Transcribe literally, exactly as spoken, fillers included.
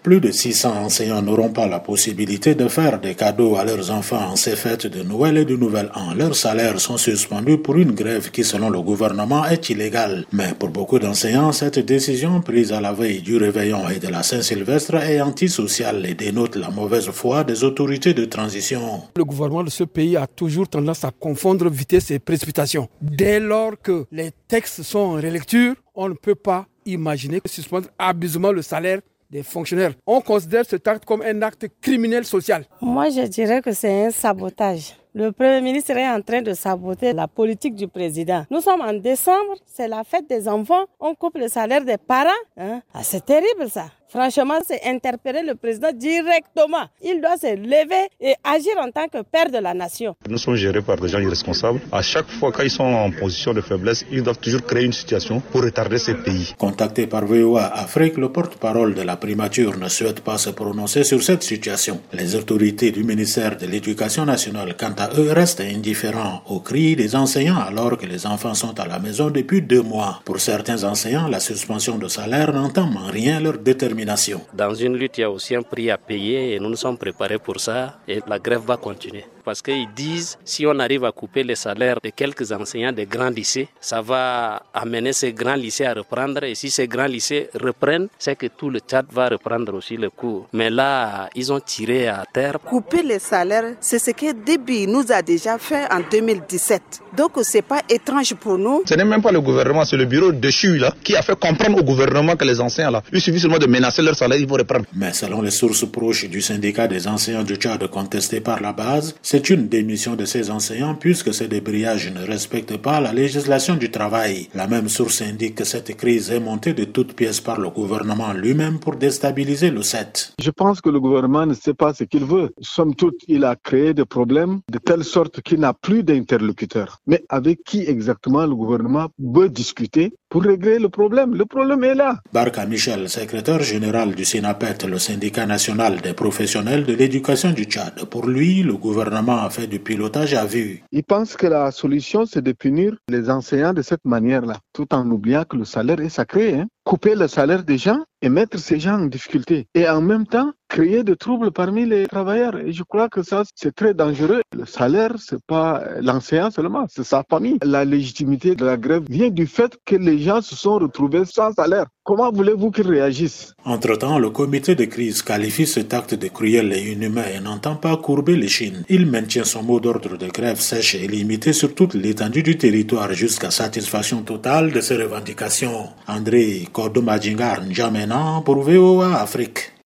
Plus de six cents enseignants n'auront pas la possibilité de faire des cadeaux à leurs enfants en ces fêtes de Noël et de Nouvel An. Leurs salaires sont suspendus pour une grève qui, selon le gouvernement, est illégale. Mais pour beaucoup d'enseignants, cette décision prise à la veille du réveillon et de la Saint-Sylvestre est antisociale et dénote la mauvaise foi des autorités de transition. Le gouvernement de ce pays a toujours tendance à confondre vitesse et précipitation. Dès lors que les textes sont en relecture, on ne peut pas imaginer suspendre abusivement le salaire des fonctionnaires. On considère cet acte comme un acte criminel social. Moi, je dirais que c'est un sabotage. Le Premier ministre est en train de saboter la politique du président. Nous sommes en décembre, c'est la fête des enfants, on coupe le salaire des parents. Hein? Ah, c'est terrible ça. Franchement, c'est interpeller le président directement. Il doit se lever et agir en tant que père de la nation. Nous sommes gérés par des gens irresponsables. À chaque fois qu'ils sont en position de faiblesse, ils doivent toujours créer une situation pour retarder ces pays. Contacté par V O A Afrique, le porte-parole de la primature ne souhaite pas se prononcer sur cette situation. Les autorités du ministère de l'Éducation nationale, quant à eux, restent indifférents aux cris des enseignants alors que les enfants sont à la maison depuis deux mois. Pour certains enseignants, la suspension de salaire n'entame en rien leur détermination. Dans une lutte, il y a aussi un prix à payer et nous nous sommes préparés pour ça et la grève va continuer. Parce qu'ils disent si on arrive à couper les salaires de quelques enseignants des grands lycées, ça va amener ces grands lycées à reprendre. Et si ces grands lycées reprennent, c'est que tout le Tchad va reprendre aussi le cours. Mais là, ils ont tiré à terre. Couper les salaires, c'est ce que Déby nous a déjà fait en deux mille dix-sept. Donc c'est pas étrange pour nous. Ce n'est même pas le gouvernement, c'est le bureau de C H U là, qui a fait comprendre au gouvernement que les enseignants là, il suffit seulement de menacer leur salaire, ils vont reprendre. Mais selon les sources proches du syndicat des enseignants du Tchad contesté par la base, c'est une démission de ces enseignants puisque ces débrayages ne respectent pas la législation du travail. La même source indique que cette crise est montée de toutes pièces par le gouvernement lui-même pour déstabiliser le S E T. Je pense que le gouvernement ne sait pas ce qu'il veut. Somme toute, il a créé des problèmes de telle sorte qu'il n'a plus d'interlocuteurs. Mais avec qui exactement le gouvernement veut discuter pour régler le problème? Le problème est là. Barka Michel, secrétaire général du SINAPET, le syndicat national des professionnels de l'éducation du Tchad. Pour lui, le gouvernement a fait du pilotage à vue. Il pense que la solution, c'est de punir les enseignants de cette manière-là, tout en oubliant que le salaire est sacré. Hein. Couper le salaire des gens et mettre ces gens en difficulté. Et en même temps, créer des troubles parmi les travailleurs. Et je crois que ça, c'est très dangereux. Le salaire, c'est pas l'enseignant seulement, c'est sa famille. La légitimité de la grève vient du fait que les gens se sont retrouvés sans salaire. Comment voulez-vous qu'ils réagissent? Entre-temps, le comité de crise qualifie cet acte de cruel et inhumain et n'entend pas courber les chines. Il maintient son mot d'ordre de grève sèche et limité sur toute l'étendue du territoire jusqu'à satisfaction totale de ses revendications. André Kordomadjingar N'Djamena pour V O A Afrique.